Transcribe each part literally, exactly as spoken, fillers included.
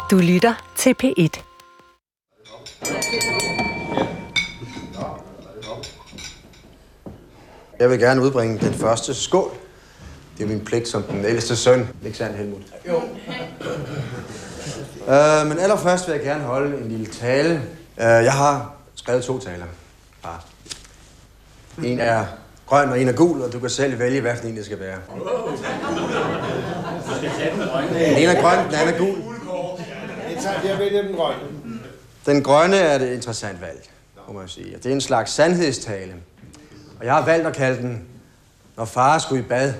Du lytter til P et. Jeg vil gerne udbringe den første skål. Det er min pligt som den ældste søn. Ikke sandt, Helmut? Jo. Øh, men allerførst vil jeg gerne holde en lille tale. Øh, jeg har skrevet to taler. Bare. En er grøn, og en er gul, og du kan selv vælge, hvad for en det skal være. Den ene er grøn, den anden er gul. Jeg vælger den grønne. Den grønne er det interessant valg, må man sige. Det er en slags sandhedstale. Og jeg har valgt at kalde den, når far skulle i bad.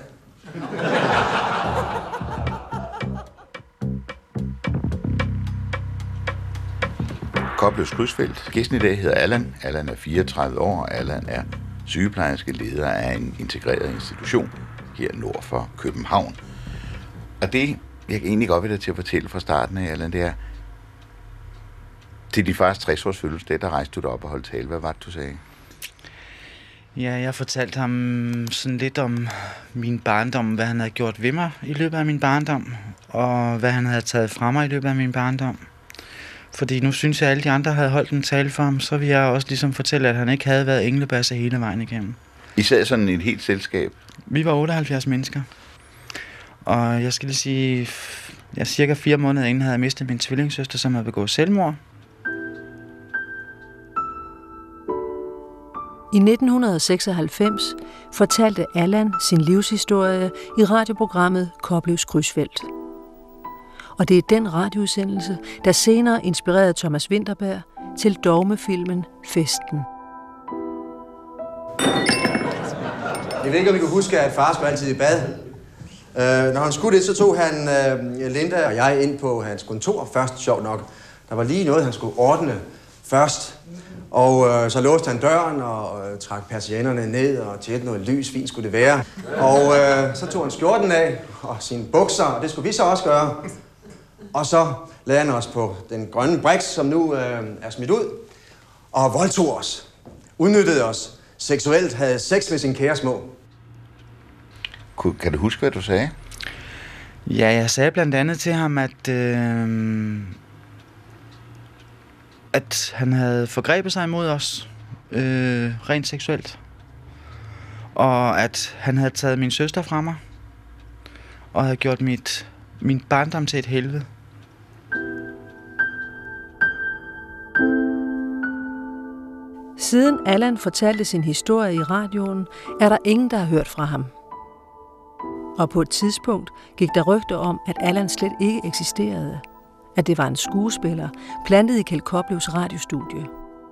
Koplevs Krydsfelt. Gæsten i dag hedder Allan. Allan er fireogtredive år, og Allan er sygeplejerske leder af en integreret institution her nord for København. Og det, jeg egentlig godt vil dig til at fortælle fra starten af, Allan, det er, til din fars tres års fødselsdag, der rejste du dig op og holdt tale. Hvad var det, du sagde? Ja, jeg fortalte ham sådan lidt om min barndom, hvad han havde gjort ved mig i løbet af min barndom, og hvad han havde taget fra mig i løbet af min barndom. Fordi nu synes jeg, at alle de andre havde holdt en tale for ham, så vil jeg også ligesom fortælle, at han ikke havde været englebasser hele vejen igennem. I sad sådan et helt selskab? Vi var otteoghalvfjerds mennesker. Og jeg skal lige sige, jeg cirka fire måneder inden havde jeg mistet min tvillingssøster, som havde begået selvmord. I nitten seksoghalvfems fortalte Allan sin livshistorie i radioprogrammet Koplevs Krydsfelt. Og det er den radioudsendelse, der senere inspirerede Thomas Vinterberg til dogmefilmen Festen. Jeg ved ikke, om I kan huske, at far skulle altid i bad. Øh, når han skulle det, så tog han øh, Linda og jeg ind på hans kontor først, sjovt nok. Der var lige noget, han skulle ordne først. Og øh, så låste han døren og øh, trak persiennerne ned og tjente noget lys, fint skulle det være. Og øh, så tog han skjorten af og sine bukser, og det skulle vi så også gøre. Og så lagde han os på den grønne briks, som nu øh, er smidt ud, og voldtog os, udnyttede os, seksuelt havde sex med sin kære små. Kan du huske, hvad du sagde? Ja, jeg sagde blandt andet til ham, at, øh, at han havde forgrebet sig imod os, øh, rent seksuelt. Og at han havde taget min søster fra mig, og havde gjort mit, min barndom til et helvede. Siden Allan fortalte sin historie i radioen, er der ingen, der har hørt fra ham. Og på et tidspunkt gik der rygter om, at Allan slet ikke eksisterede. At det var en skuespiller, plantet i Kjeld Koplevs radiostudie.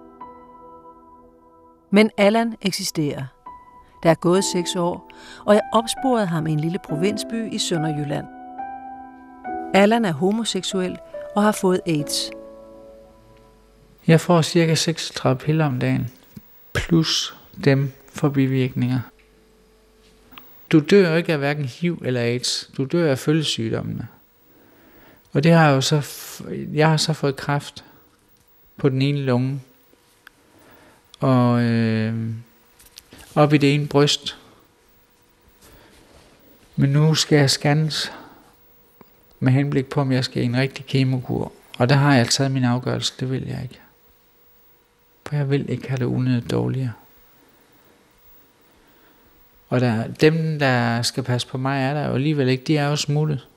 Men Allan eksisterer. Der er gået seks år, og jeg opsporede ham i en lille provinsby i Sønderjylland. Allan er homoseksuel og har fået AIDS. Jeg får cirka seksogtredive piller om dagen, plus dem for bivirkninger. Du dør ikke af hverken H I V eller AIDS. Du dør af følgesygdommene. Og det har jeg jo så, jeg har så fået kræft på den ene lunge. Og øh, op i det ene bryst. Men nu skal jeg scannes med henblik på, om jeg skal i en rigtig kemokur. Og der har jeg taget min afgørelse, det vil jeg ikke. For jeg vil ikke have det unødigt dårligere. Og der, dem, der skal passe på mig, er der jo alligevel ikke. De er jo smuttet.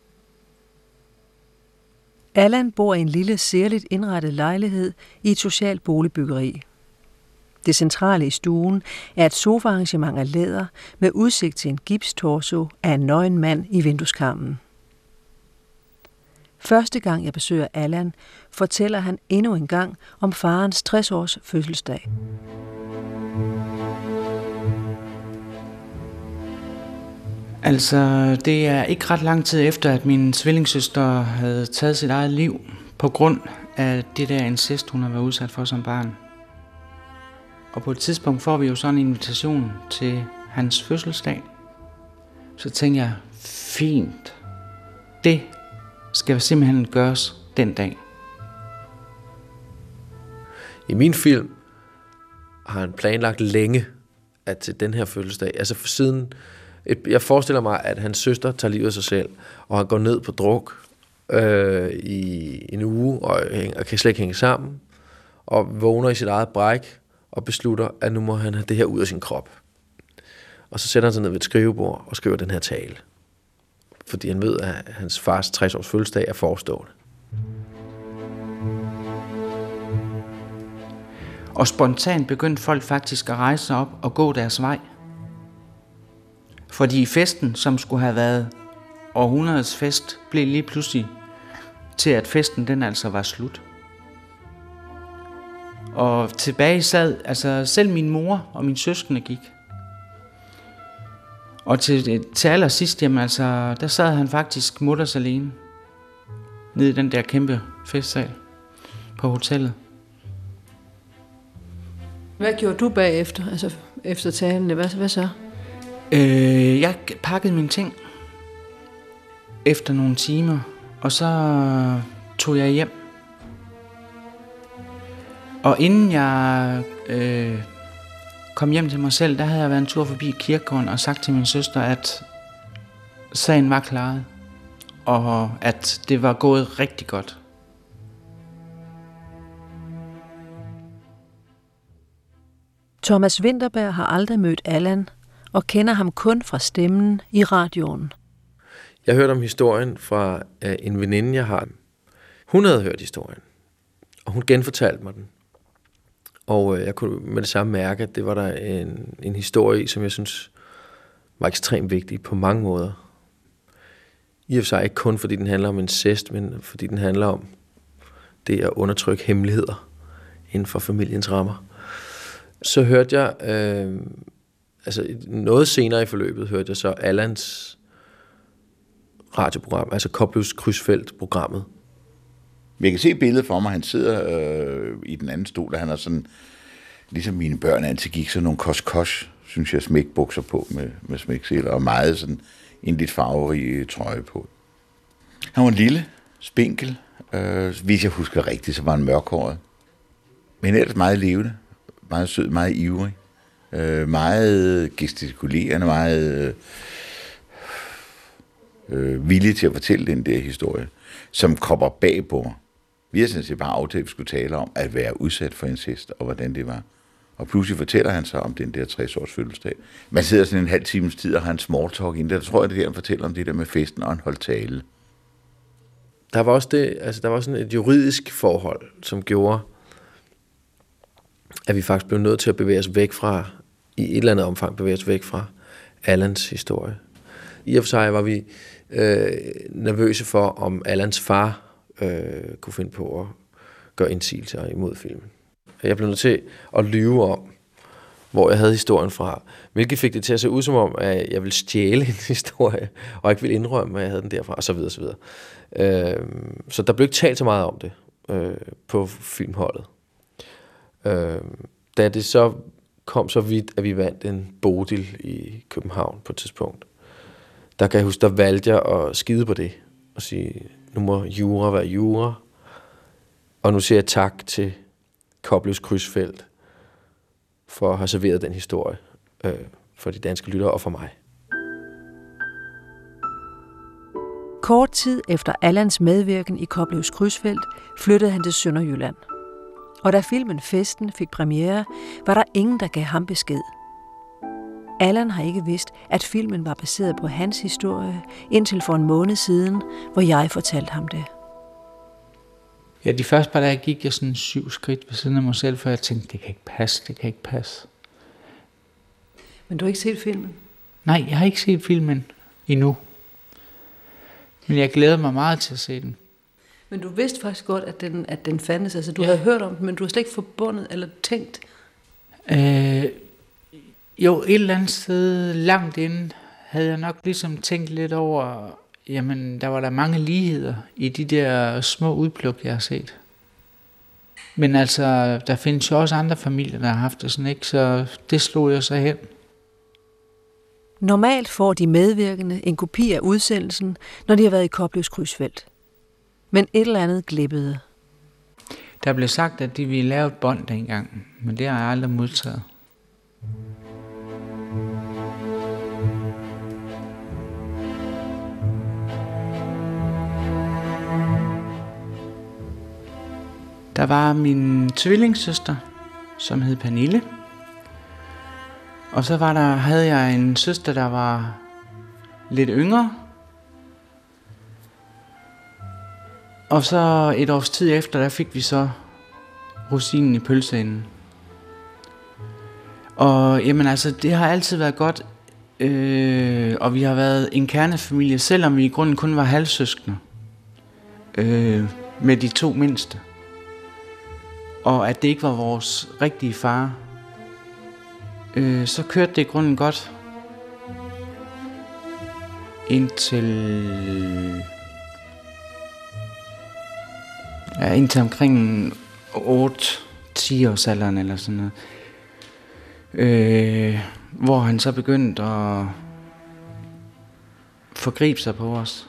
Allan bor i en lille, særligt indrettet lejlighed i et socialt boligbyggeri. Det centrale i stuen er et sofaarrangement af læder med udsigt til en gipstorso af en nøgen mand i vindueskarmen. Første gang jeg besøger Allan, fortæller han endnu en gang om farens tres års fødselsdag. Altså, det er ikke ret lang tid efter, at min tvillingssøster havde taget sit eget liv på grund af det der incest, hun har været udsat for som barn. Og på et tidspunkt får vi jo sådan en invitation til hans fødselsdag. Så tænker jeg, fint, det skal simpelthen gøres den dag. I min film har han planlagt længe, at til den her fødselsdag, altså for siden, et, jeg forestiller mig, at hans søster tager livet af sig selv, og han går ned på druk, øh, i en uge, og, og kan slet ikke hænge sammen, og vågner i sit eget bræk, og beslutter, at nu må han have det her ud af sin krop. Og så sætter han sig ned ved et skrivebord, og skriver den her tale. Fordi han ved, at hans fars tres års fødselsdag er forestående. Og spontant begyndte folk faktisk at rejse sig op og gå deres vej. Fordi festen, som skulle have været århundredets fest, blev lige pludselig til, at festen den altså var slut. Og tilbage sad, altså selv min mor og min søskende gik. Og til, til allersidst, jamen altså, der sad han faktisk mutters alene. Nede i den der kæmpe festsal på hotellet. Hvad gjorde du bagefter, altså efter talen? Hvad, hvad så? Øh, jeg pakkede mine ting efter nogle timer, og så tog jeg hjem. Og inden jeg øh, kom hjem til mig selv, der havde jeg været en tur forbi kirkegården og sagt til min søster, at sagen var klaret, og at det var gået rigtig godt. Thomas Vinterberg har aldrig mødt Allan og kender ham kun fra stemmen i radioen. Jeg hørte om historien fra uh, en veninde, jeg har. Hun havde hørt historien, og hun genfortalte mig den. Og uh, jeg kunne med det samme mærke, at det var der en, en historie, som jeg synes var ekstremt vigtig på mange måder. I og for sig ikke kun fordi den handler om incest, men fordi den handler om det at undertrykke hemmeligheder inden for familiens rammer. Så hørte jeg, øh, altså noget senere i forløbet, hørte jeg så Allans radioprogram, altså Koplevs Krydsfelt-programmet. Jeg kan se billedet for mig, han sidder øh, i den anden stol, og han har sådan, ligesom mine børn altid gik, sådan nogle kosh-kosh, synes jeg, smækbukser på med, med smækseler, og meget sådan en lidt farverig trøje på. Han var en lille, spinkel, øh, hvis jeg husker rigtigt, så var han mørkhåret, men ellers meget levende. Meget sød, meget ivrig, øh, meget gestikulerende, meget øh, villig til at fortælle den der historie, som kommer bag på mig. Vi har sådan set bare aftalt, at vi skulle tale om at være udsat for incest, og hvordan det var. Og pludselig fortæller han så om den der tres års fødselsdag. Man sidder sådan en halv times tid og har en small talk ind der. Der tror jeg, det der, han fortæller om det der med festen og en holdt tale. Der var også det, altså der var sådan et juridisk forhold, som gjorde, at vi faktisk blev nødt til at bevæge os væk fra, i et eller andet omfang bevæge os væk fra Allans historie. I og for sig var vi øh, nervøse for, om Allans far øh, kunne finde på at gøre indsigelser imod filmen. Jeg blev nødt til at lyve om, hvor jeg havde historien fra, hvilket fik det til at se ud som om, at jeg ville stjæle en historie, og ikke ville indrømme, at jeg havde den derfra, og så videre, så videre. Øh, så der blev ikke talt så meget om det øh, på filmholdet. Øh, da det så kom så vidt, at vi vandt en Bodil i København på et tidspunkt, der kan jeg huske, der valgte jeg at skide på det, og sige, nu må jura være jura, og nu siger jeg tak til Koplevs Krydsfelt for at have serveret den historie øh, for de danske lyttere og for mig. Kort tid efter Allans medvirken i Koplevs Krydsfelt flyttede han til Sønderjylland. Og da filmen Festen fik premiere, var der ingen, der gav ham besked. Allan har ikke vidst, at filmen var baseret på hans historie, indtil for en måned siden, hvor jeg fortalte ham det. Ja, de første par dage gik jeg sådan syv skridt ved siden af mig selv, for jeg tænkte, det kan ikke passe, det kan ikke passe. Men du har ikke set filmen? Nej, jeg har ikke set filmen endnu. Men jeg glæder mig meget til at se den. Men du vidste faktisk godt, at den, at den fandtes. Altså, du ja. havde hørt om den, men du har slet ikke forbundet eller tænkt? Øh, jo, et eller andet sted langt inde havde jeg nok ligesom tænkt lidt over, jamen, der var der mange ligheder i de der små udpluk, jeg har set. Men altså, der findes jo også andre familier, der har haft det sådan, ikke? Så det slog jeg så hen. Normalt får de medvirkende en kopi af udsendelsen, når de har været i Koplevs Krydsfelt. Men et eller andet glippede. Der blev sagt, at de ville lave et bånd dengang, men det har jeg aldrig modtaget. Der var min tvillingssøster, som hed Pernille. Og så var der, havde jeg en søster, der var lidt yngre. Og så et års tid efter, der fik vi så rosinen i pølseenden. Og jamen altså, det har altid været godt. Øh, og vi har været en kernefamilie, selvom vi i grunden kun var halvsøskende. Øh, med de to mindste. Og at det ikke var vores rigtige far. Øh, så kørte det i grunden godt. Indtil... Ja, indtil omkring otte ti års alderen eller sådan noget. Øh, hvor han så begyndte at forgribe sig på os.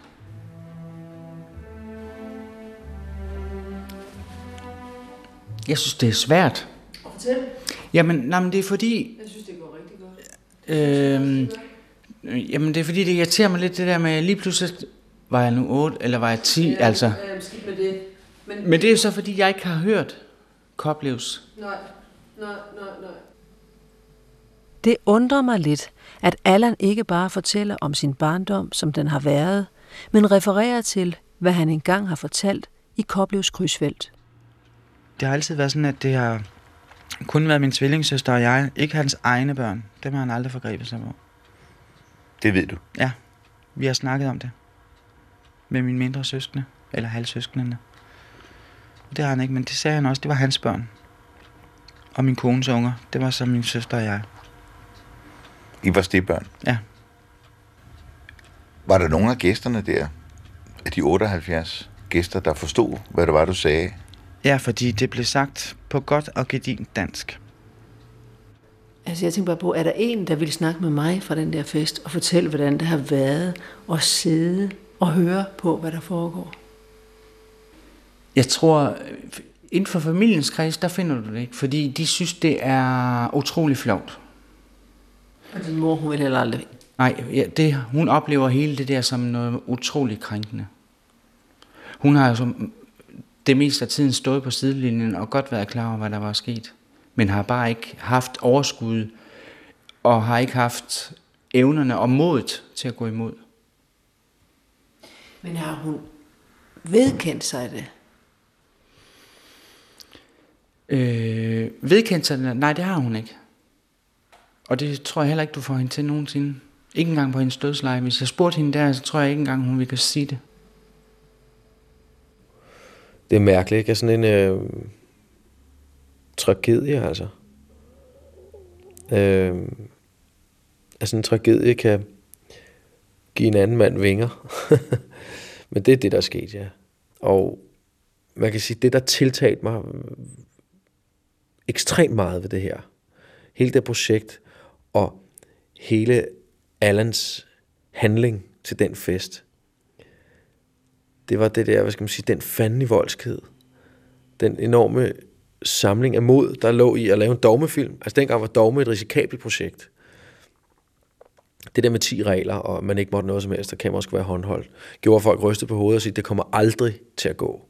Jeg synes, det er svært. Og fortæl. Jamen, nej, men det er fordi... Jeg synes, det går rigtig godt. Øh, jamen, det er fordi, det irriterer mig lidt det der med, lige pludselig var jeg nu otte, eller var jeg ti, ja, altså. Ja, skidt med det. Men, men det er jo så, fordi jeg ikke har hørt Koplevs. Nej, nej, nej, nej. Det undrer mig lidt, at Allan ikke bare fortæller om sin barndom, som den har været, men refererer til, hvad han engang har fortalt i Koplevs krydsfelt. Det har altid været sådan, at det har kun været min tvillingssøster og jeg, ikke hans egne børn. Dem har han aldrig forgrebet sig på. Det ved du? Ja, vi har snakket om det. Med mine mindre søskende, eller halvsøskende. Det har han ikke, men det sagde han også, det var hans børn. Og min kones unger, det var så min søster og jeg. I var stedbørn? Ja. Var der nogen af gæsterne der, af de otteoghalvfjerds gæster, der forstod, hvad det var, du sagde? Ja, fordi det blev sagt på godt og gedint dansk. Altså jeg tænker bare på, er der en, der ville snakke med mig fra den der fest og fortælle, hvordan det har været at sidde og høre på, hvad der foregår? Jeg tror, inden for familiens kreds, der finder du det ikke, fordi de synes, det er utrolig flovt. Og din mor, hun vil heller aldrig. Nej, ja, det, hun oplever hele det der som noget utroligt krænkende. Hun har jo som det meste af tiden stået på sidelinjen og godt været klar over, hvad der var sket. Men har bare ikke haft overskud og har ikke haft evnerne og modet til at gå imod. Men har hun vedkendt sig det? Øh, vedkendt sig det? Nej, det har hun ikke. Og det tror jeg heller ikke, du får hende til nogensinde. Ikke engang på hendes dødsleje. Hvis jeg spurgte hende der, så tror jeg ikke engang, hun ville sige det. Det er mærkeligt, ikke? Sådan en øh, tragedie, altså. Øh, altså en tragedie kan give en anden mand vinger. Men det er det, der er sket, ja. Og man kan sige, det der tiltalte mig ekstremt meget ved det her. Hele det projekt og hele Allans handling til den fest. Det var det der, hvad skal man sige, den fandelig voldskhed. Den enorme samling af mod, der lå i at lave en dogmefilm. Altså dengang var dogme et risikabelt projekt. Det der med ti regler, og man ikke måtte noget som helst, og kameraet skulle være håndholdt, gjorde folk ryste på hovedet og sige, det kommer aldrig til at gå.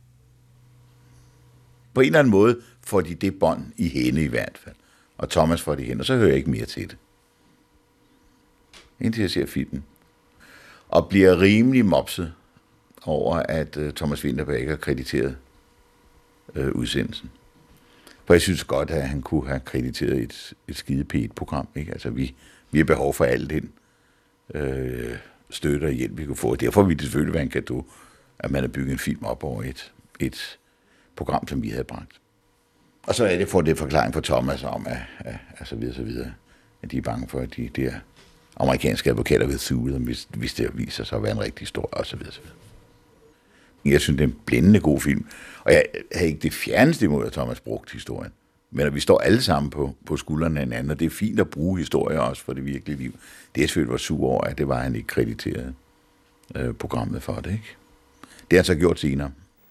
På en eller anden måde får de det bånd i hende i hvert fald. Og Thomas får det hen, og så hører jeg ikke mere til det. Indtil jeg ser filmen. Og bliver rimelig mopset over, at uh, Thomas Vinterberg ikke har krediteret uh, udsendelsen. For jeg synes godt, at han kunne have krediteret et, et skide pænt program. Ikke? Altså, vi, vi har behov for alt den uh, støtte og hjælp, vi kunne få. Derfor ville det selvfølgelig være en cadeau, at man har bygget en film op over et, et program, som vi havde bragt. Og så er det for det forklaring for Thomas om, at, at, at så videre, så videre, at de er bange for, at de der amerikanske advokater ved suget, hvis, hvis det viser sig at være en rigtig stor, og så videre, så videre. Jeg synes, det er en blændende god film, og jeg har ikke det fjerneste imod, at Thomas brugte historien. Men at vi står alle sammen på, på skuldrene af hinanden, og det er fint at bruge historier også for det virkelige liv. Det er selvfølgelig var sur over, at det var, han ikke krediterede øh, programmet for det, ikke? Det har han så gjort senere.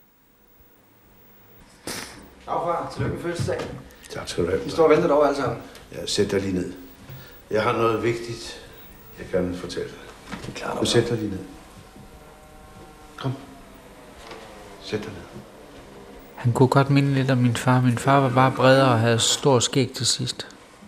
Dagfar, tillykke med fødselsdagen. Tak skal du have. Vi står og venter derovre alle sammen. Ja, sæt dig lige ned. Jeg har noget vigtigt, jeg kan fortælle dig. Det er klart, du sæt dig lige ned. Kom. Sæt dig ned. Han kunne godt minde lidt om min far. Min far var bare bredere og havde stor skæg til sidst.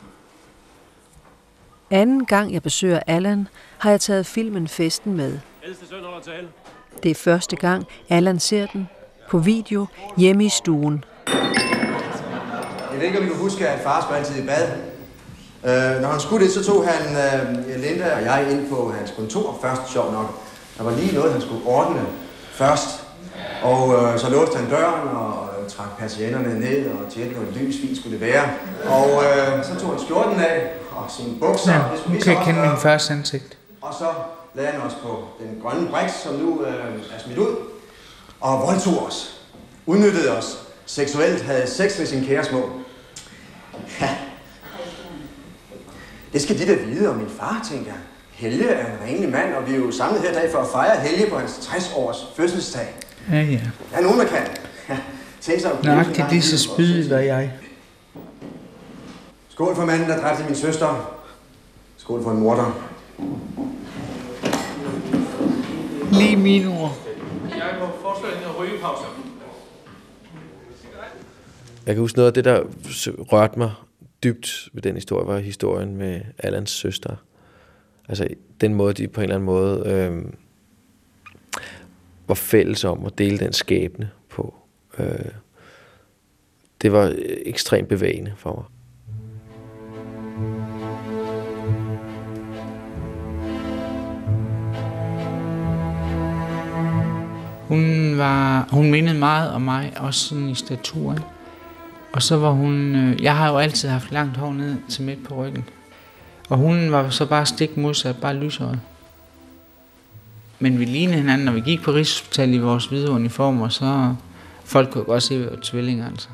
Anden gang jeg besøger Allan, har jeg taget filmen Festen med. Det er første gang, Allan ser den på video hjemme i stuen. Jeg ved ikke, om I kan huske, at far skulle altid i bad. Øh, når han skulle det, så tog han øh, Linda og jeg ind på hans kontor først, sjov nok. Der var lige noget, han skulle ordne først. Og øh, så låste han døren og øh, trak patienterne ned og tjekkede, hvor lys fint skulle det være. Og øh, så tog han skjorten af og sine bukser. Ja, det skulle nu kan jeg kende min fars ansigt. Og så lagde han os på den grønne briks, som nu øh, er smidt ud. Og voldtog os. Udnyttede os. Seksuelt havde sex med sine kære små. Ja. Det skal de da vide om min far, tænker jeg. Helge er en renlig mand, og vi er jo samlet her i dag for at fejre Helge på hans tres års fødselsdag. Ja, ja. Der er nogen, der kan. Ja, tænk sig at nøjagtigt disse spydet var jeg. Skål for manden, der dræbte min søster. Skål for en morder. Lige mine ord. Jeg må foreslå en rygepause. Jeg kan huske noget af det, der rørte mig dybt ved den historie, var historien med Allans søster. Altså den måde, de på en eller anden måde øh, var fælles om at dele den skæbne på. Øh, det var ekstremt bevægende for mig. Hun var, hun mindede meget om mig, også sådan i staturen. Og så var hun, øh, jeg har jo altid haft langt hår ned til midt på ryggen. Og hun var så bare stik modsat, bare lyshåret. Men vi lignede hinanden, når vi gik på Rigshospitalet i vores hvide uniformer, så folk kunne godt se, at vi var tvillinger, altså.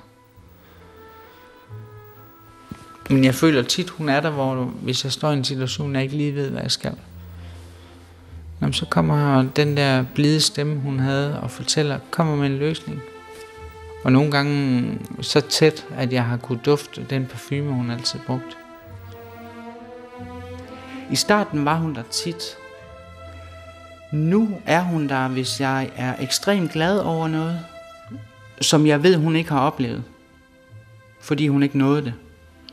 Men jeg føler tit, hun er der, hvor hvis jeg står i en situation, jeg ikke lige ved, hvad jeg skal. Jamen, så kommer den der blide stemme, hun havde, og fortæller, kommer med en løsning. Og nogle gange så tæt, at jeg har kunne dufte den parfume, hun altid brugte. I starten var hun der tit. Nu er hun der, hvis jeg er ekstremt glad over noget, som jeg ved, hun ikke har oplevet. Fordi hun ikke nåede det.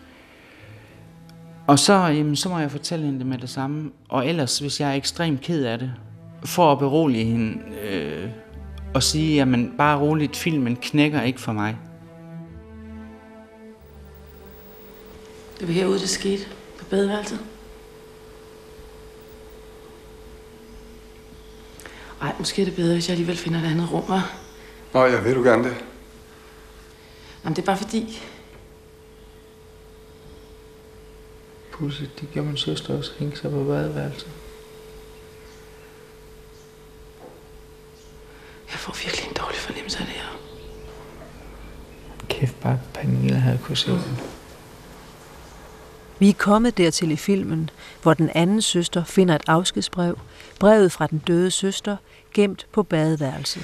Og så, jamen, så må jeg fortælle hende det med det samme. Og ellers, hvis jeg er ekstremt ked af det, for at berolige hende øh, og sige, jamen bare roligt, filmen knækker ikke for mig. Det var herude, det skete på badeværelset. Ej, måske er det bedre, hvis jeg alligevel finder et andet rum, hva'? Nå, jeg ved du gerne det. Jamen, det er bare fordi... Pudsigt, det gjorde min søster også, hænge sig på badeværelset. Jeg får virkelig en dårlig fornemmelse af det her. Kæft, bare Pernille havde kunne se den. Vi er kommet dertil i filmen, hvor den anden søster finder et afskedsbrev, brevet fra den døde søster, gemt på badeværelset.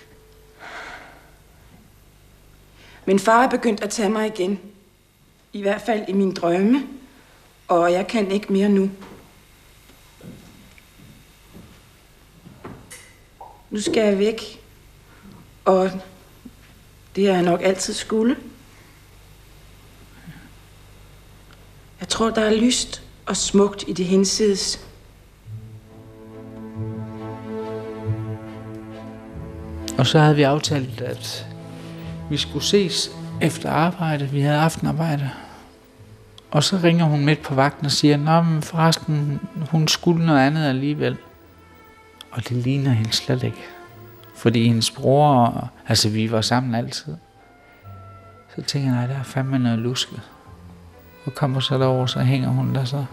Min far er begyndt at tage mig igen. I hvert fald i mine drømme. Og jeg kan ikke mere nu. Nu skal jeg væk. Og det har jeg nok altid skulle. Jeg tror, der er lyst og smukt i det hinsides. Og så havde vi aftalt, at vi skulle ses efter arbejde. Vi havde aftenarbejde. Og så ringer hun midt på vagten og siger, nå, men forresten, hun skulle noget andet alligevel. Og det ligner hende slet ikke. Fordi hendes bror, altså vi var sammen altid. Så tænker jeg, nej, der er fandme noget lusket. Og kommer så derover, så hænger hun der så.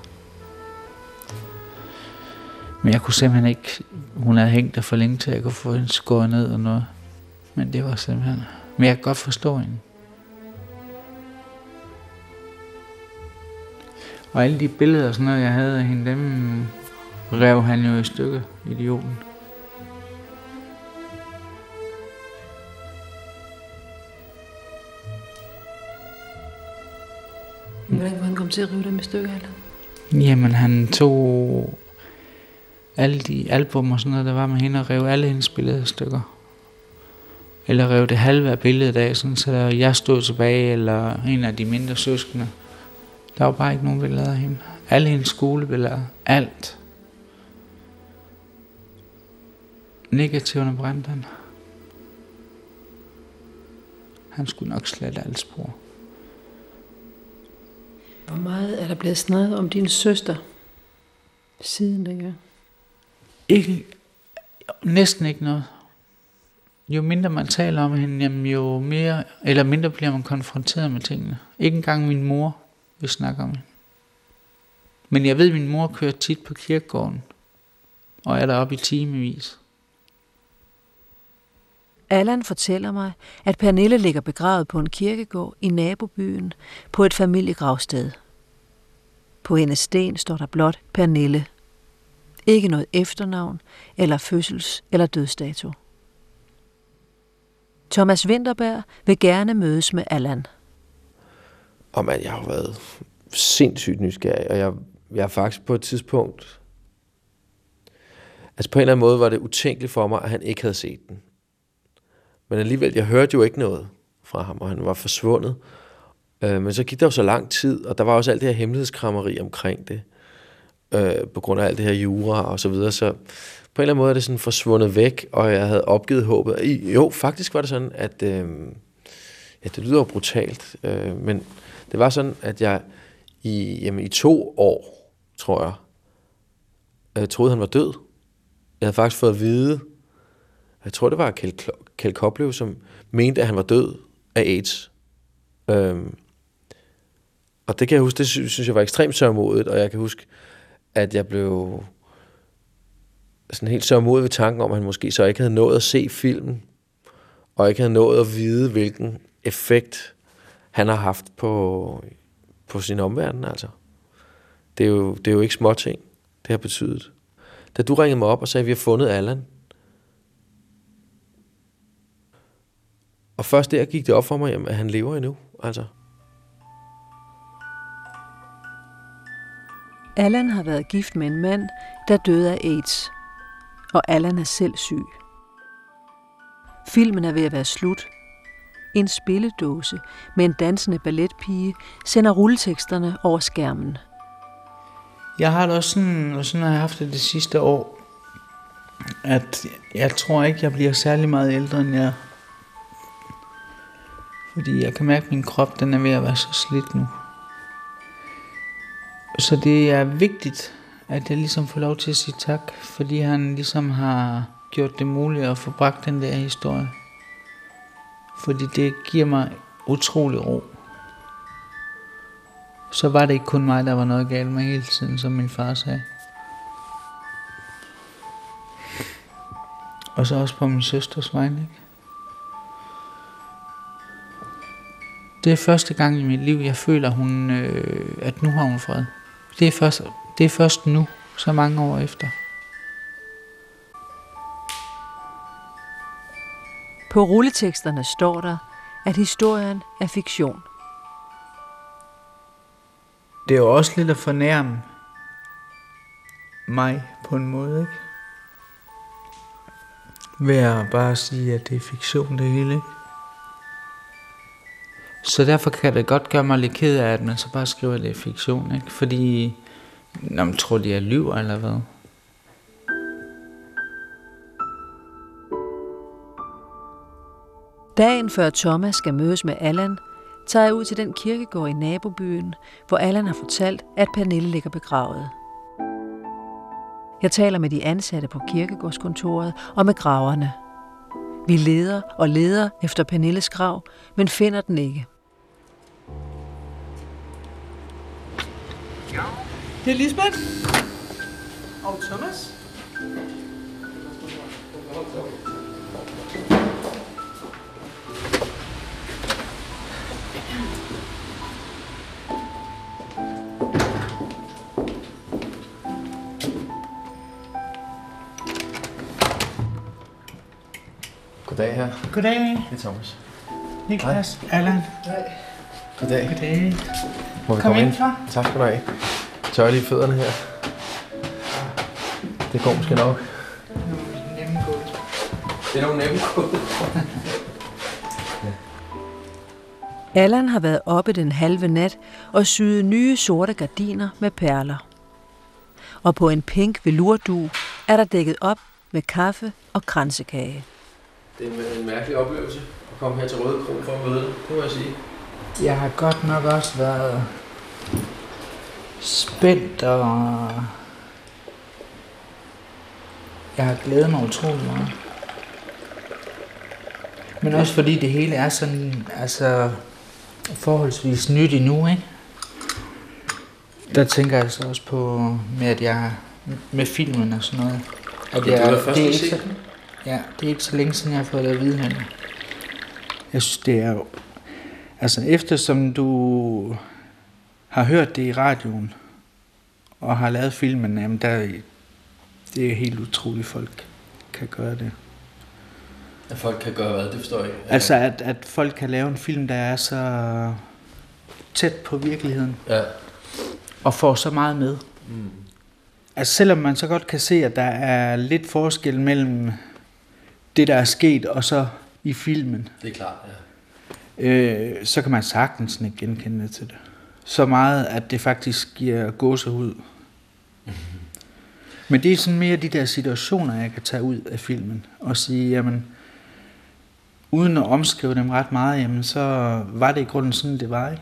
Men jeg kunne simpelthen ikke, hun havde hængt der for længe til, at jeg kunne få hende skåret ned og noget. Men det var simpelthen, men jeg kan godt forstå hende. Og alle de billeder og sådan noget, jeg havde af hende, dem rev han jo i stykker, idioten. Hvordan kunne han komme til at rive dem i stykker, eller? Jamen, han tog alle de album og sådan noget, der var med hende, og rev alle hendes billeder i stykker. eller rev det halve af billedet af, sådan, så der, jeg stod tilbage, eller en af de mindre søskende. Der var bare ikke nogen billeder af hende. Alle hendes skolebilleder. Alt. Negativerne brændte han. Han skulle nok slette alle spor. Hvor meget er der blevet snakket om din søster siden dengang? Ikke, næsten ikke noget. Jo mindre man taler om hende, jamen jo mere, eller mindre bliver man konfronteret med tingene. Ikke engang min mor vil snakke om hende. Men jeg ved, at min mor kører tit på kirkegården, og er deroppe i timevis. Allan fortæller mig, at Pernille ligger begravet på en kirkegård i nabobyen på et familiegravsted. På hendes sten står der blot Pernille. Ikke noget efternavn eller fødsels- eller dødsdato. Thomas Vinterberg vil gerne mødes med Allan. Og man, jeg har været sindssygt nysgerrig, og jeg, jeg er faktisk på et tidspunkt... Altså på en eller anden måde var det utænkeligt for mig, at han ikke havde set den. Men alligevel, jeg hørte jo ikke noget fra ham, og han var forsvundet. Øh, men så gik der jo så lang tid, og der var også alt det her hemmelighedskrammeri omkring det. Øh, på grund af alt det her jura og så videre. Så på en eller anden måde er det sådan forsvundet væk, og jeg havde opgivet håbet. Jo, faktisk var det sådan, at... Øh, ja, det lyder jo brutalt, øh, men det var sådan, at jeg i, jamen, i to år, tror jeg, jeg troede, han var død. Jeg havde faktisk fået at vide, jeg tror, det var Kjeld, Kjeld Koplev, som mente, at han var død af AIDS. Øhm, og det kan jeg huske, det synes jeg var ekstremt sørgmodigt, og jeg kan huske, at jeg blev sådan helt sørgmodig ved tanken om, at han måske så ikke havde nået at se filmen, og ikke havde nået at vide, hvilken effekt han har haft på, på sin omverden, altså. Det er jo, det er jo ikke småting, det har betydet. Da du ringede mig op og sagde, at vi har fundet Allan, og først der gik det op for mig, at han lever endnu, altså. Allan har været gift med en mand, der døde af AIDS, og Allan er selv syg. Filmen er ved at være slut. En spilledåse med en dansende balletpige sender rulleteksterne over skærmen. Jeg har det også sådan, og sådan har jeg haft det det sidste år, at jeg tror ikke, jeg bliver særlig meget ældre end jeg. Fordi jeg kan mærke, at min krop den er ved at være så slidt nu. Så det er vigtigt, at jeg ligesom får lov til at sige tak, fordi han ligesom har gjort det muligt at få bragt den der historie. Fordi det giver mig utrolig ro. Så var det ikke kun mig, der var noget galt med hele tiden, som min far sagde. Og så også på min søsters vegne, ikke? Det er første gang i mit liv, jeg føler, hun, øh, at nu har hun fred. Det er, først, det er først nu, så mange år efter. På rulleteksterne står der, at historien er fiktion. Det er jo også lidt at fornærme mig på en måde, ikke? Ved at bare sige, at det er fiktion det hele, ikke? Så derfor kan det godt gøre mig lidt ked af, at man så bare skriver, at det er fiktion, ikke? Fordi, når man tror, de er lyver eller hvad. Dagen før Thomas skal mødes med Allan, tager jeg ud til den kirkegård i nabobyen, hvor Allan har fortalt, at Pernille ligger begravet. Jeg taler med de ansatte på kirkegårdskontoret og med graverne. Vi leder og leder efter Pernilles grav, men finder den ikke. Det er Lisbeth. Og Thomas. Goddag her. Goddag. Det er Thomas. Niklas, Allan. Goddag. Goddag. Må vi Kom komme ind, far. Tak skal du have. Tør lige fødderne her. Det går måske nok. Nemme gulv. Det er nogle nemme gulv. Allan har været oppe den halve nat og syet nye sorte gardiner med perler. Og på en pink velurdug er der dækket op med kaffe og kransekage. Det er en mærkelig oplevelse at komme her til Røde Kro for at møde dig, det må jeg sige. Jeg har godt nok også været spændt, og jeg har glædet mig utrolig meget. Men også fordi det hele er sådan, altså forholdsvis nyt endnu, ikke? Der tænker jeg så også på, med at jeg med filmen og sådan noget. At ja, jeg, det, det, er ikke så, ja, det er ikke så længe siden, jeg har fået det at vide her. Jeg synes, det er jo... Altså, eftersom du har hørt det i radioen, og har lavet filmen, jamen der, det er helt utroligt, folk kan gøre det. At folk kan gøre hvad? Det forstår jeg ikke. Altså, at, at folk kan lave en film, der er så tæt på virkeligheden. Ja. Og får så meget med. Mm. Altså, selvom man så godt kan se, at der er lidt forskel mellem det, der er sket, og så i filmen. Det er klart, ja. Øh, så kan man sagtens ikke genkende det til det. Så meget, at det faktisk giver gåsehud. Mm-hmm. Men det er sådan mere de der situationer, jeg kan tage ud af filmen og sige, jamen, uden at omskrive dem ret meget, jamen, så var det i grunden sådan, det var, ikke?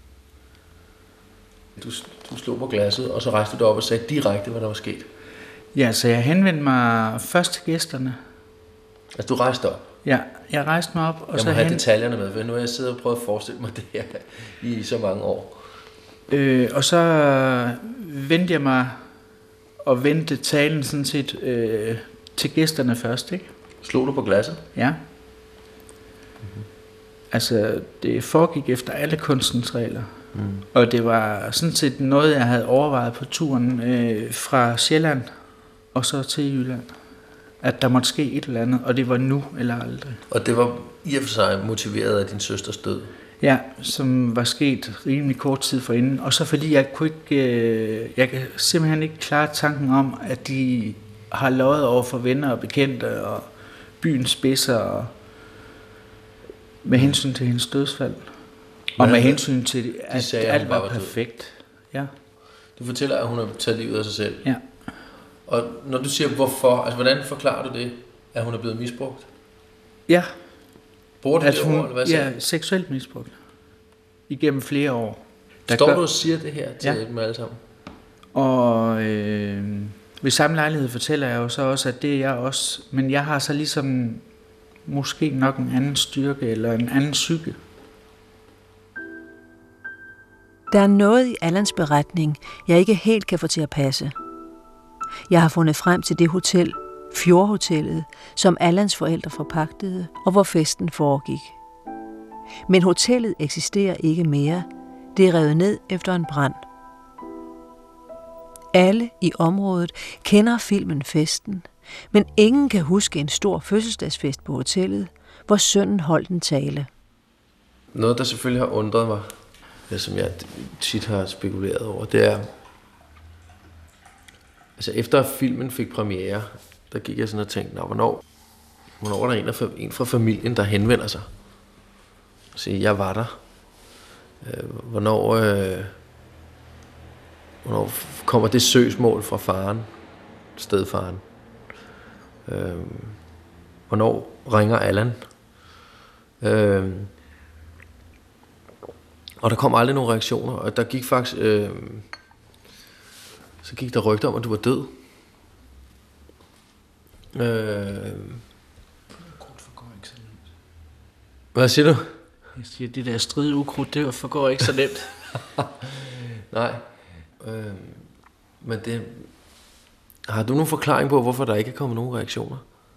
Du, du slog på glasset, og så rejste du op og sagde direkte, hvad der var sket. Ja, så jeg henvendte mig først til gæsterne. Altså, du rejste op? Ja, jeg rejste mig op. Og jeg må så have hen... detaljerne med, for nu har jeg siddet og prøvet at forestille mig det her i så mange år. Øh, og så vendte jeg mig og vendte talen sådan set øh, til gæsterne først, ikke? Slog du på glasset? Ja. Mm-hmm. Altså, det foregik efter alle kunstens regler. Mm. Og det var sådan set noget, jeg havde overvejet på turen øh, fra Sjælland og så til Jylland. At der måtte ske et eller andet, og det var nu eller aldrig. Og det var i og for sig motiveret af din søsters død? Ja, som var sket rimelig kort tid forinden. Og så fordi jeg kunne ikke, øh, jeg kan simpelthen ikke klare tanken om, at de har løjet over for venner og bekendte og byens spidser og med hensyn til hendes dødsfald. Og med hensyn til, at sagde, alt at var var perfekt. Ja. Du fortæller, at hun har taget livet af sig selv. Ja. Og når du siger hvorfor, altså hvordan forklarer du det, at hun er blevet misbrugt? Ja. Bruger du at det hun, ord, eller hvad ja, seksuelt misbrugt. Igennem flere år. Der Står gør... du og siger det her til ja. dem alle sammen? Og øh, ved samme lejlighed fortæller jeg jo så også, at det er jeg også, men jeg har så ligesom måske nok en anden styrke eller en anden psyke. Der er noget i Allans beretning, jeg ikke helt kan få til at passe. Jeg har fundet frem til det hotel, Fjordhotellet, som Allans forældre forpagtede, og hvor festen foregik. Men hotellet eksisterer ikke mere. Det er revet ned efter en brand. Alle i området kender filmen Festen, men ingen kan huske en stor fødselsdagsfest på hotellet, hvor sønnen holdt en tale. Noget, der selvfølgelig har undret mig, det, som jeg tit har spekuleret over, det er, altså efter filmen fik premiere, der gik jeg sådan og tænkte, nå, hvornår, hvornår er der en, af, en fra familien, der henvender sig og siger, jeg var der. Øh, hvornår, øh, hvornår kommer det søgsmål fra faren, stedfaren? Øh, hvornår ringer Allan? Øh, og der kom aldrig nogen reaktioner, og der gik faktisk, øh, så gik der rygter om, at du var død. Øh, Hvad siger du? Jeg siger, det der stride ukrudt, det forgår ikke så nemt. Nej. Øh, men det... Har du nogen forklaring på, hvorfor der ikke er kommet nogen reaktioner?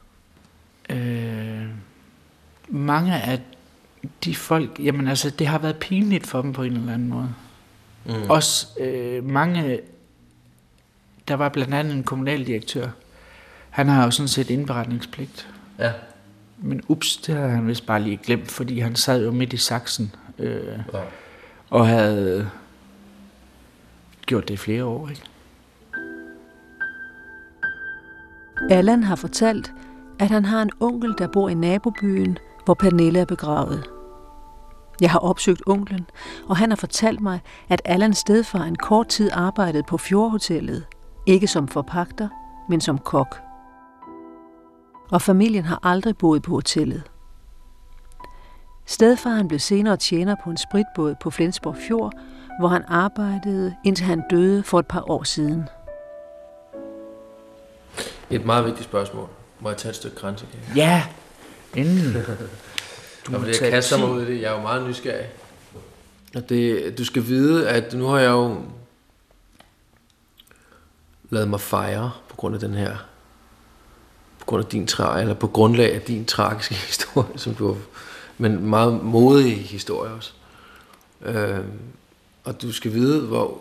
Øh, mange af de folk, jamen altså, det har været pinligt for dem på en eller anden måde. Mm. Også øh, mange, der var blandt andet en kommunaldirektør, han har jo sådan set indberetningspligt. Ja. Men ups, det havde han vist bare lige glemt, fordi han sad jo midt i saksen, øh, ja. og havde gjort det i flere år, ikke? Allan har fortalt, at han har en onkel, der bor i nabobyen, hvor Pernille er begravet. Jeg har opsøgt onklen, og han har fortalt mig, at Allans stedfar en kort tid arbejdede på Fjordhotellet. Ikke som forpagter, men som kok. Og familien har aldrig boet på hotellet. Stedfaren blev senere tjener på en spritbåd på Flensborg Fjord, hvor han arbejdede, indtil han døde for et par år siden. Et meget vigtigt spørgsmål. Må jeg tage et stykke kransekage? Ja, endelig. Du må jeg kaster mig ud i det. Jeg er jo meget nysgerrig. Og det, du skal vide, at nu har jeg jo lavet mig fejre på grund af den her, på grund af din tra, eller på grundlag af din tragiske historie, som du har, men meget modige historie også. Øh, og du skal vide, hvor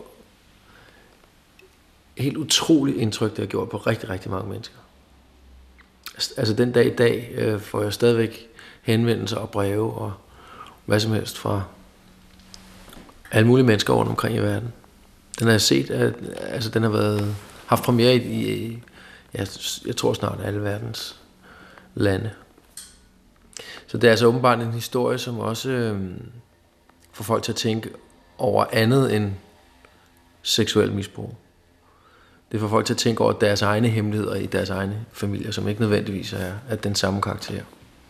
helt utroligt indtryk det har gjort på rigtig, rigtig mange mennesker. Altså den dag i dag øh, får jeg stadigvæk henvendelser og breve og hvad som helst fra alle mulige mennesker rundt omkring i verden. Den har jeg set, at, altså den har været, haft premiere i, i jeg, jeg tror snart alle verdens lande. Så det er altså åbenbart en historie, som også øh, får folk til at tænke over andet end seksuel misbrug. Det får folk til at tænke over deres egne hemmeligheder i deres egne familier, som ikke nødvendigvis er, er den samme karakter.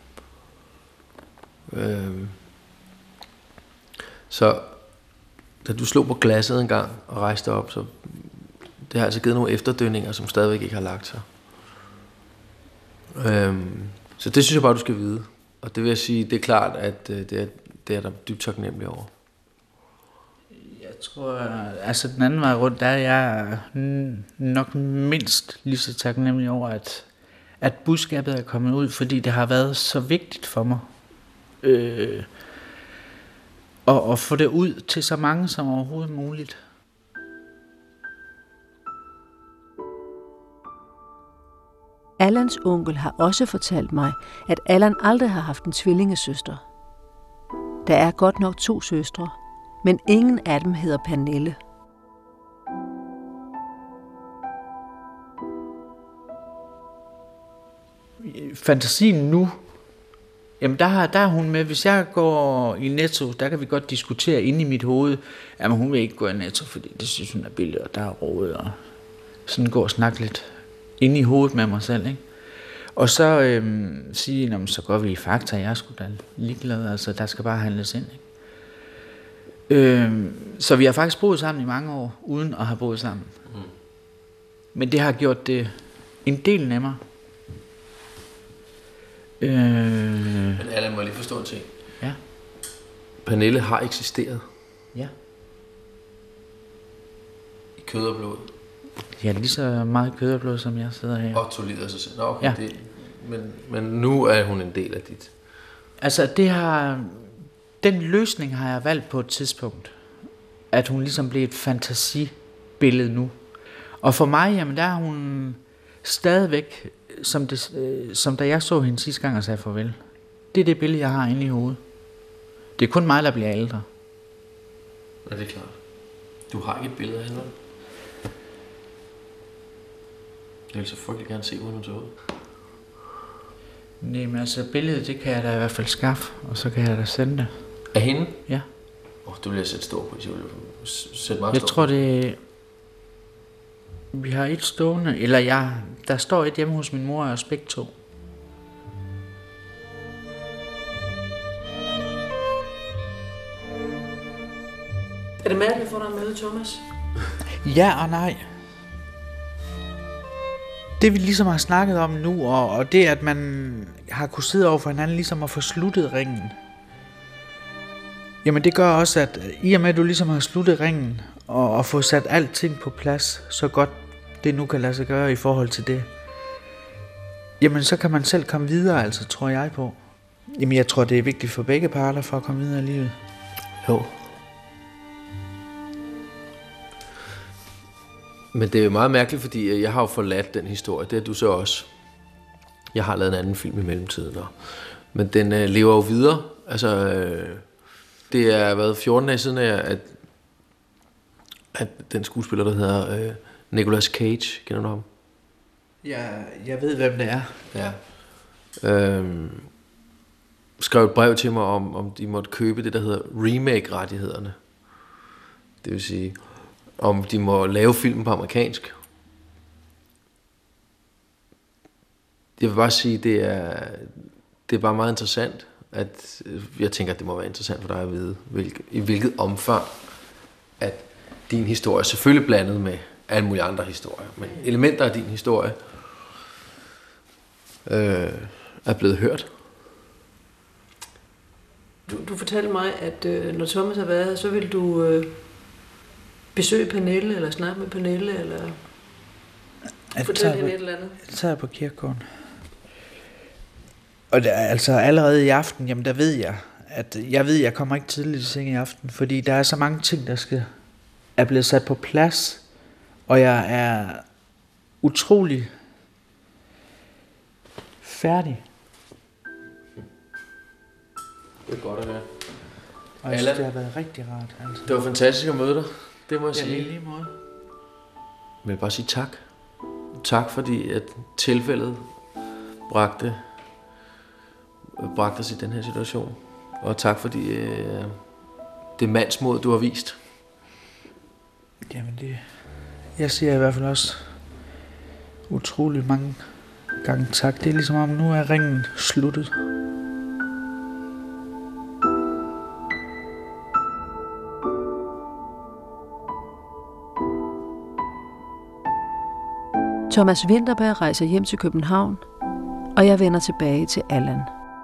Øhm. Så da du slog på glasset en gang og rejste op, så det har altså givet nogle efterdønninger, som stadigvæk ikke har lagt sig. Øhm. Så det synes jeg bare, du skal vide. Og det vil jeg sige, det er klart, at det er, det er der dybt taknemmelig over. Jeg tror, altså den anden vej rundt, der er jeg nok mindst lige så taknemmelig over, at, at budskabet er kommet ud, fordi det har været så vigtigt for mig. Øh, og at få det ud til så mange som overhovedet muligt. Allans onkel har også fortalt mig, at Allan aldrig har haft en tvillingesøster. Der er godt nok to søstre, men ingen af dem hedder Pernille. Fantasien nu, jamen der, der er hun med. Hvis jeg går i Netto, der kan vi godt diskutere inde i mit hoved, jamen hun vil ikke gå i Netto, fordi det synes hun er billigt, og der er råd, og sådan går og snakke lidt inde i hovedet med mig selv, ikke? Og så øhm, sige, jamen, så går vi i Fakta, jeg er sgu da ligeglad, altså der skal bare handles ind, ikke? Øhm, så vi har faktisk boet sammen i mange år, uden at have boet sammen. Mm. Men det har gjort det en del nemmere. Øh... Men Allan, må jeg lige forstå en ting? Ja. Pernille har eksisteret. Ja. I kød og blod. Ja, lige så meget kød og blod, som jeg sidder her. Og tog livet af sig selv. Nå, okay, ja. det, men, men nu er hun en del af dit. Altså, det har... Den løsning har jeg valgt på et tidspunkt. At hun ligesom blev et fantasibillede nu. Og for mig, jamen, der er hun stadigvæk, som, det, som da jeg så hende sidste gang og sagde farvel. Det er det billede, jeg har inde i hovedet. Det er kun mig, der bliver ældre. Ja, det er klart. Du har ikke et billede af hende? Jeg vil så frygtelig gerne se, hvordan hun så ud. Nej, men altså billedet, det kan jeg da i hvert fald skaffe, og så kan jeg da sende det. Af hende? Ja. Åh, oh, du vil jeg sætte stor på, jeg vil sætte meget Jeg stor tror, det... Vi har et stående, eller jeg... Der står et hjemme hos min mor og os begge to. Er det mærkeligt for dig at møde Thomas? Ja og nej. Det vi ligesom har snakket om nu, og, og det at man har kunnet sidde over for hinanden, ligesom at få sluttet ringen. Jamen det gør også, at i og med at du ligesom har sluttet ringen, og, og få sat alting på plads, så godt det nu kan lade sig gøre i forhold til det. Jamen så kan man selv komme videre, altså tror jeg på. Jamen jeg tror det er vigtigt for begge parter for at komme videre i livet. Jo. Men det er jo meget mærkeligt, fordi jeg har jo forladt den historie. Det er du så også. Jeg har lavet en anden film i mellemtiden. Og, men den øh, lever jo videre. Altså, øh, det er været fjorten dage siden, at, at den skuespiller, der hedder øh, Nicolas Cage, kender du ham? Ja, jeg ved, hvem det er. Ja. Øhm, skrev et brev til mig om, om de måtte købe det, der hedder remake-rettighederne. Det vil sige, om de må lave film på amerikansk. Jeg vil bare sige, det er, det er bare meget interessant, at jeg tænker, at det må være interessant for dig at vide, hvilke, i hvilket omfang, at din historie er selvfølgelig blandet med alle mulige andre historier, men elementer af din historie øh, er blevet hørt. Du, du fortalte mig, at øh, når Thomas har været her, så vil du øh, besøge Pernille, eller snakke med Pernille, eller fortælle hende et eller andet. Jeg tager på kirkegården. Og der, altså allerede i aften, jamen der ved jeg, at jeg ved, at jeg kommer ikke tidligt i seng i aften, fordi der er så mange ting, der skal er blevet sat på plads, og jeg er utrolig færdig. Det er godt at høre. Og jeg synes, det har været rigtig rart. Altså. Det var fantastisk at møde dig. Det må jeg ja, sige. Ja, lige måde. Jeg vil bare sige tak. Tak fordi, at tilfældet bragte, bragte os i den her situation. Og tak fordi øh, det mandsmod, du har vist. Jamen det... Jeg siger i hvert fald også utrolig mange gange tak. Det er ligesom om, nu er ringen sluttet. Thomas Vinterberg rejser hjem til København, og jeg vender tilbage til Allan.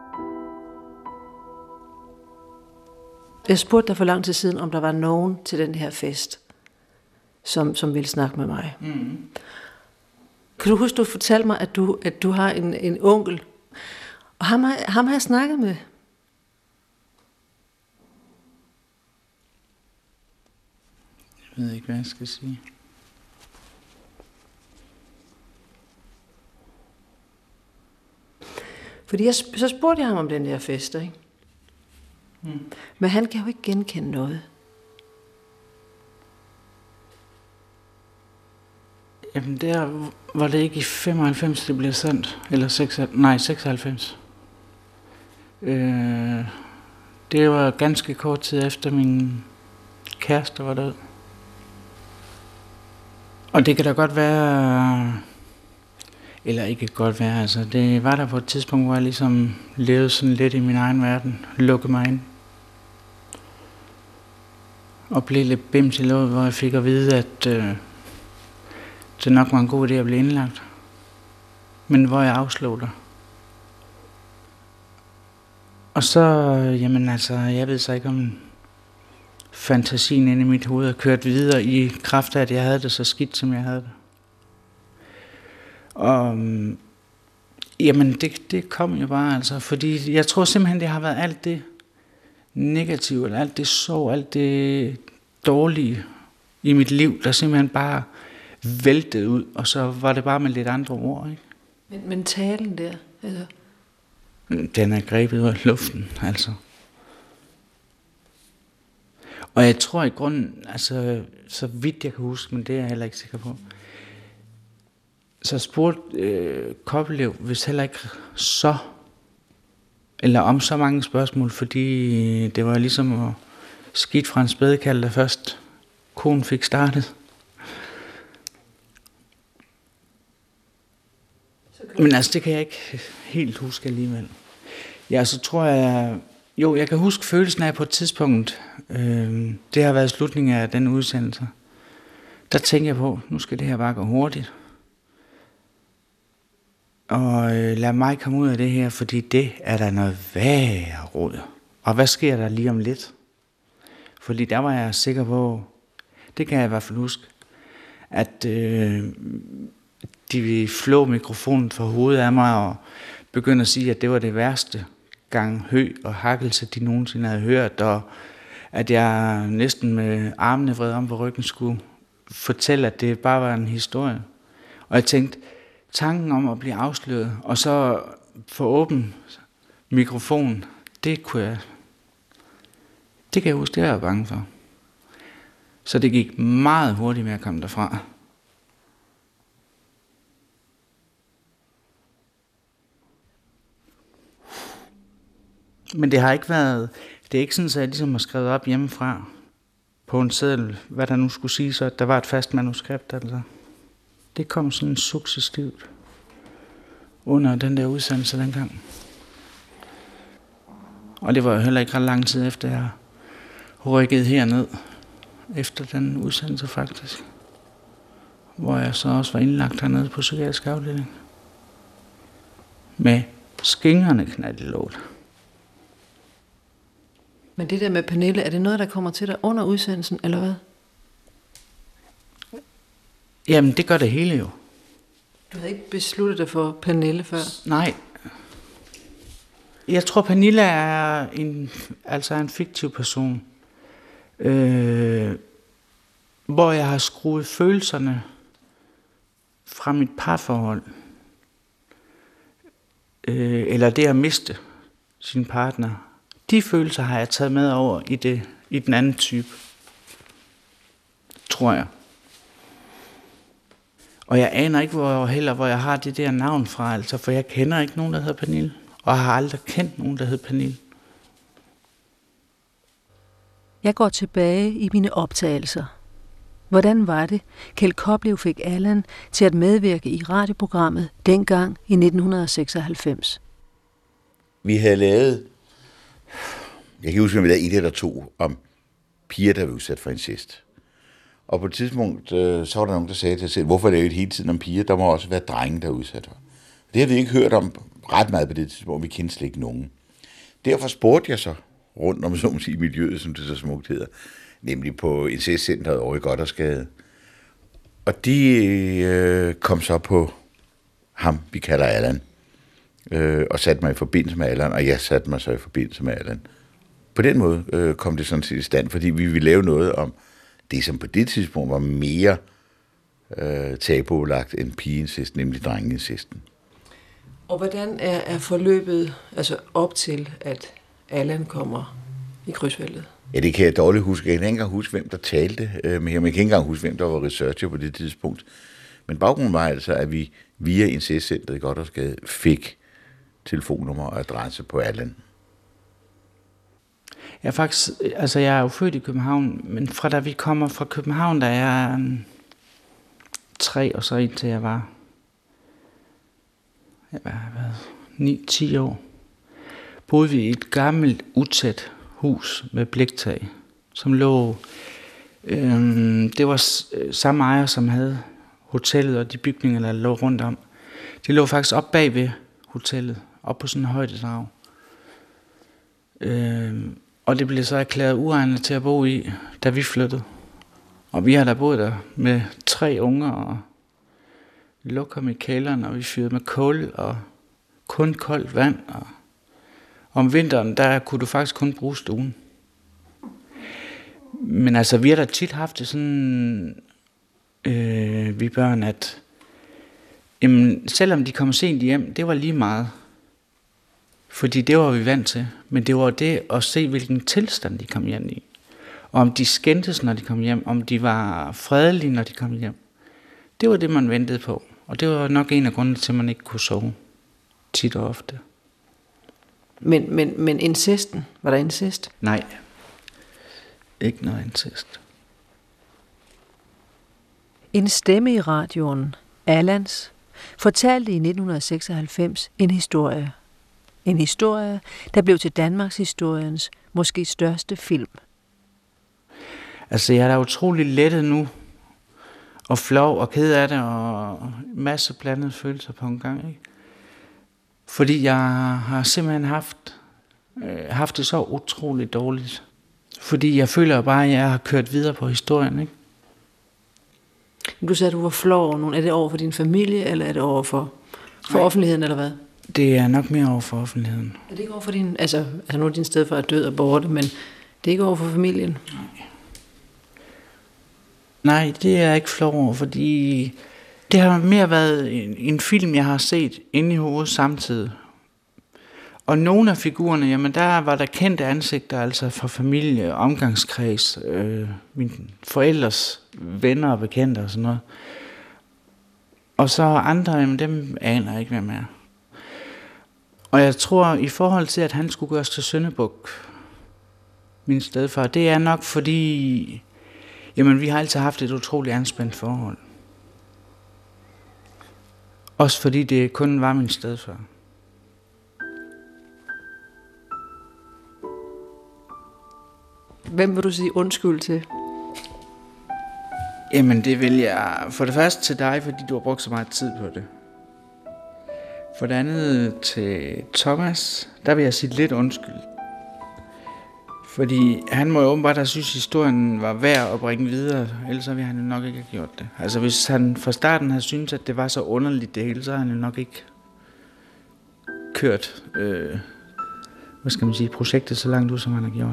Jeg spurgte dig for lang tid siden, om der var nogen til den her fest, som, som ville snakke med mig. Mm. Kan du huske, du fortalte mig, at du, at du har en, en onkel, og ham har, ham har jeg snakket med. Jeg ved ikke, hvad jeg skal sige. Fordi jeg, så spurgte jeg ham om den der fest, ikke? Mm. Men han kan jo ikke genkende noget. Jamen der var det ikke i femoghalvfems, det blev sendt. Eller seks, nej, seksoghalvfems. Øh, det var ganske kort tid efter min kæreste var død. Og det kan da godt være... Eller ikke godt være, altså det var der på et tidspunkt, hvor jeg ligesom levede sådan lidt i min egen verden, lukkede mig ind. Og blev lidt bims i låget, hvor jeg fik at vide, at øh, det nok var en god idé at blive indlagt. Men hvor jeg afslog det. Og så, jamen altså, jeg ved så ikke om fantasien inde i mit hoved er kørt videre i kraft af, at jeg havde det så skidt, som jeg havde det. Og jamen det, det kom jo bare altså, fordi jeg tror simpelthen, det har været alt det negative, eller alt det sorg, alt det dårlige i mit liv, der simpelthen bare væltede ud, og så var det bare med lidt andre ord, ikke? Men, men talen der, altså? Den er grebet ud af luften, altså. Og jeg tror i grunden, altså, så vidt jeg kan huske, men det er jeg heller ikke sikker på, så spurgte øh, Koppelev vist heller ikke så, eller om så mange spørgsmål, fordi det var ligesom at skidt fra en spædekald, der først konen fik startet. Men altså, det kan jeg ikke helt huske alligevel. Ja, så tror jeg, jo, jeg kan huske følelsen af på et tidspunkt, øh, det har været slutningen af den udsendelse, der tænker jeg på, nu skal det her bare gå hurtigt. Og øh, lad mig komme ud af det her, fordi det er der noget værre råd. Og hvad sker der lige om lidt? Fordi der var jeg sikker på, det kan jeg i hvert fald huske, at øh, de ville flå mikrofonen for hovedet af mig og begynde at sige, at det var det værste gang hø og hakkelse, de nogensinde havde hørt, og at jeg næsten med armene vredet om på ryggen skulle fortælle, at det bare var en historie. Og jeg tænkte, tanken om at blive afsløret, og så få åben mikrofon, det kunne jeg, det kan jeg huske, det var jeg bange for. Så det gik meget hurtigt med at komme derfra. Men det har ikke været, det er ikke sådan, at jeg ligesom har skrevet op hjemmefra på en seddel, hvad der nu skulle sige, så at der var et fast manuskript. Altså. Det kom sådan successivt under den der udsendelse dengang. Og det var jo heller ikke ret lang tid efter, jeg rykkede herned, efter den udsendelse faktisk. Hvor jeg så også var indlagt hernede på psykiatrisk afdeling. Med skingerne knald i låget. Men det der med Pernille, er det noget, der kommer til dig under udsendelsen, eller hvad? Jamen, det gør det hele jo. Du havde ikke besluttet dig for Pernille før? Nej. Jeg tror, Pernille er en, altså en fiktiv person. Øh, hvor jeg har skruet følelserne fra mit parforhold. Øh, eller det at miste sin partner. De følelser har jeg taget med over i, det, i den anden type. Tror jeg. Og jeg aner ikke, hvor, heller, hvor jeg har det der navn fra, altså, for jeg kender ikke nogen, der hedder Pernille. Og jeg har aldrig kendt nogen, der hedder Pernille. Jeg går tilbage i mine optagelser. Hvordan var det, Kjeld Koplev fik Allan til at medvirke i radioprogrammet dengang i nitten seksoghalvfems? Vi havde lavet, jeg kan huske, at vi lavede et eller to om piger, der var udsat for incest. Og på et tidspunkt, øh, så var der nogen, der sagde til sig selv, hvorfor lavede det hele tiden om piger? Der må også være drenge, der er udsat for. Det har vi ikke hørt om ret meget på det tidspunkt, vi kendte slet ikke nogen. Derfor spurgte jeg så rundt om, så må sige, miljøet, som det så smukt hedder, nemlig på incestcenteret over i Gothersgade. Og de øh, kom så på ham, vi kalder Allan, øh, og satte mig i forbindelse med Allan, og jeg satte mig så i forbindelse med Allan. På den måde øh, kom det sådan set i stand, fordi vi ville lave noget om det, som på det tidspunkt var mere øh, tabulagt end pigeincest, nemlig drengeincesten. Og hvordan er, er forløbet altså op til, at Allan kommer i krydsfeltet? Ja, det kan jeg dårligt huske. Jeg kan ikke engang huske, hvem der talte øh, med ham. Jeg kan ikke engang huske, hvem der var researcher på det tidspunkt. Men baggrunden var altså, at vi via incestcenteret i Gothersgade fik telefonnummer og adresse på Allan. Jeg er faktisk, altså jeg er jo født i København, men fra da vi kommer fra København, der er um, tre og så indtil jeg var, jeg var ni ti år, boede vi i et gammelt, utæt hus med bliktag, som lå, øhm, det var samme ejer, som havde hotellet og de bygninger, der lå rundt om. Det lå faktisk op bag ved hotellet, op på sådan en højdedrag. Øhm, og det blev så erklæret uegnet til at bo i, da vi flyttede. Og vi har da boet der med tre unger, og vi lukker med kælderen, og vi fyrede med kul og kun koldt vand. Og om vinteren, der kunne du faktisk kun bruge stuen. Men altså, vi har da tit haft det sådan, øh, vi børn, at jamen, selvom de kom sent hjem, det var lige meget. Fordi det var vi vant til. Men det var det at se, hvilken tilstand de kom hjem i. Og om de skændtes, når de kom hjem. Om de var fredelige, når de kom hjem. Det var det, man ventede på. Og det var nok en af grundene til, at man ikke kunne sove tit og ofte. Men, men, men incesten, var der incest? Nej. Ikke noget incest. En stemme i radioen, Allans, fortalte i nitten seksoghalvfems en historie. En historie, der blev til Danmarks historiens måske største film. Altså, jeg er da utrolig lettet nu, og flov og ked af det, og masse blandede følelser på en gang, ikke? Fordi jeg har simpelthen haft, øh, haft det så utroligt dårligt. Fordi jeg føler bare, at jeg har kørt videre på historien, ikke? Du sagde, at du var flov over nogen. Er det over for din familie, eller er det over for, for offentligheden, eller hvad? Det er nok mere over for offentligheden. Er det ikke over for din... Altså, altså nu er din stedfar er død og borte, men det er ikke over for familien? Nej. Nej, det er jeg ikke flov over, fordi det har mere været en, en film, jeg har set inde i hovedet samtidig. Og nogle af figurerne, jamen der var der kendte ansigter, altså fra familie, omgangskreds, øh, mine forældres venner og bekendte og sådan noget. Og så andre, jamen dem aner jeg ikke, hvem er. Og jeg tror, i forhold til, at han skulle gøres til syndebuk, min stedfar, det er nok fordi, jamen vi har altid haft et utroligt anspændt forhold. Også fordi det kun var min stedfar. Hvem vil du sige undskyld til? Jamen det vil jeg for det første til dig, fordi du har brugt så meget tid på det. For det andet til Thomas, der vil jeg sige lidt undskyld. Fordi han må jo åbenbart have synes, historien var værd at bringe videre, ellers ville han jo nok ikke have gjort det. Altså hvis han fra starten havde syntes, at det var så underligt det hele, så havde han jo nok ikke kørt, øh, hvad skal man sige, projektet så langt ud, som han har gjort.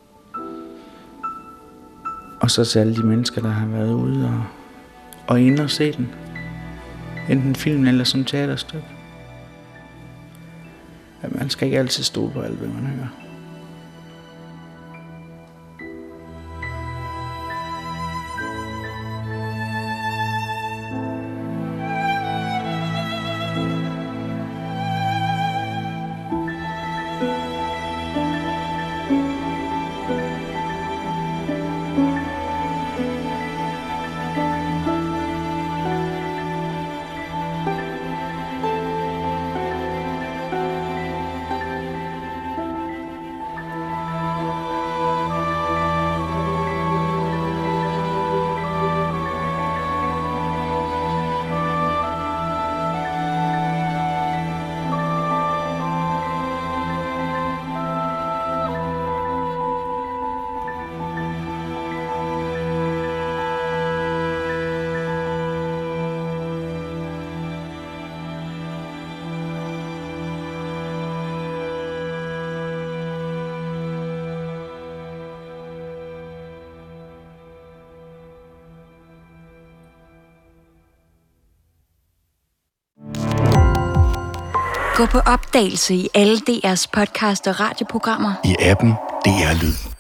Og så til alle de mennesker, der har været ude og, og inde og se den. Enten film eller som teaterstykke. Ja, man skal ikke altid stole på alt, hvad man hører. Gå på opdagelse i alle D R's podcast og radioprogrammer. I appen D R Lyd.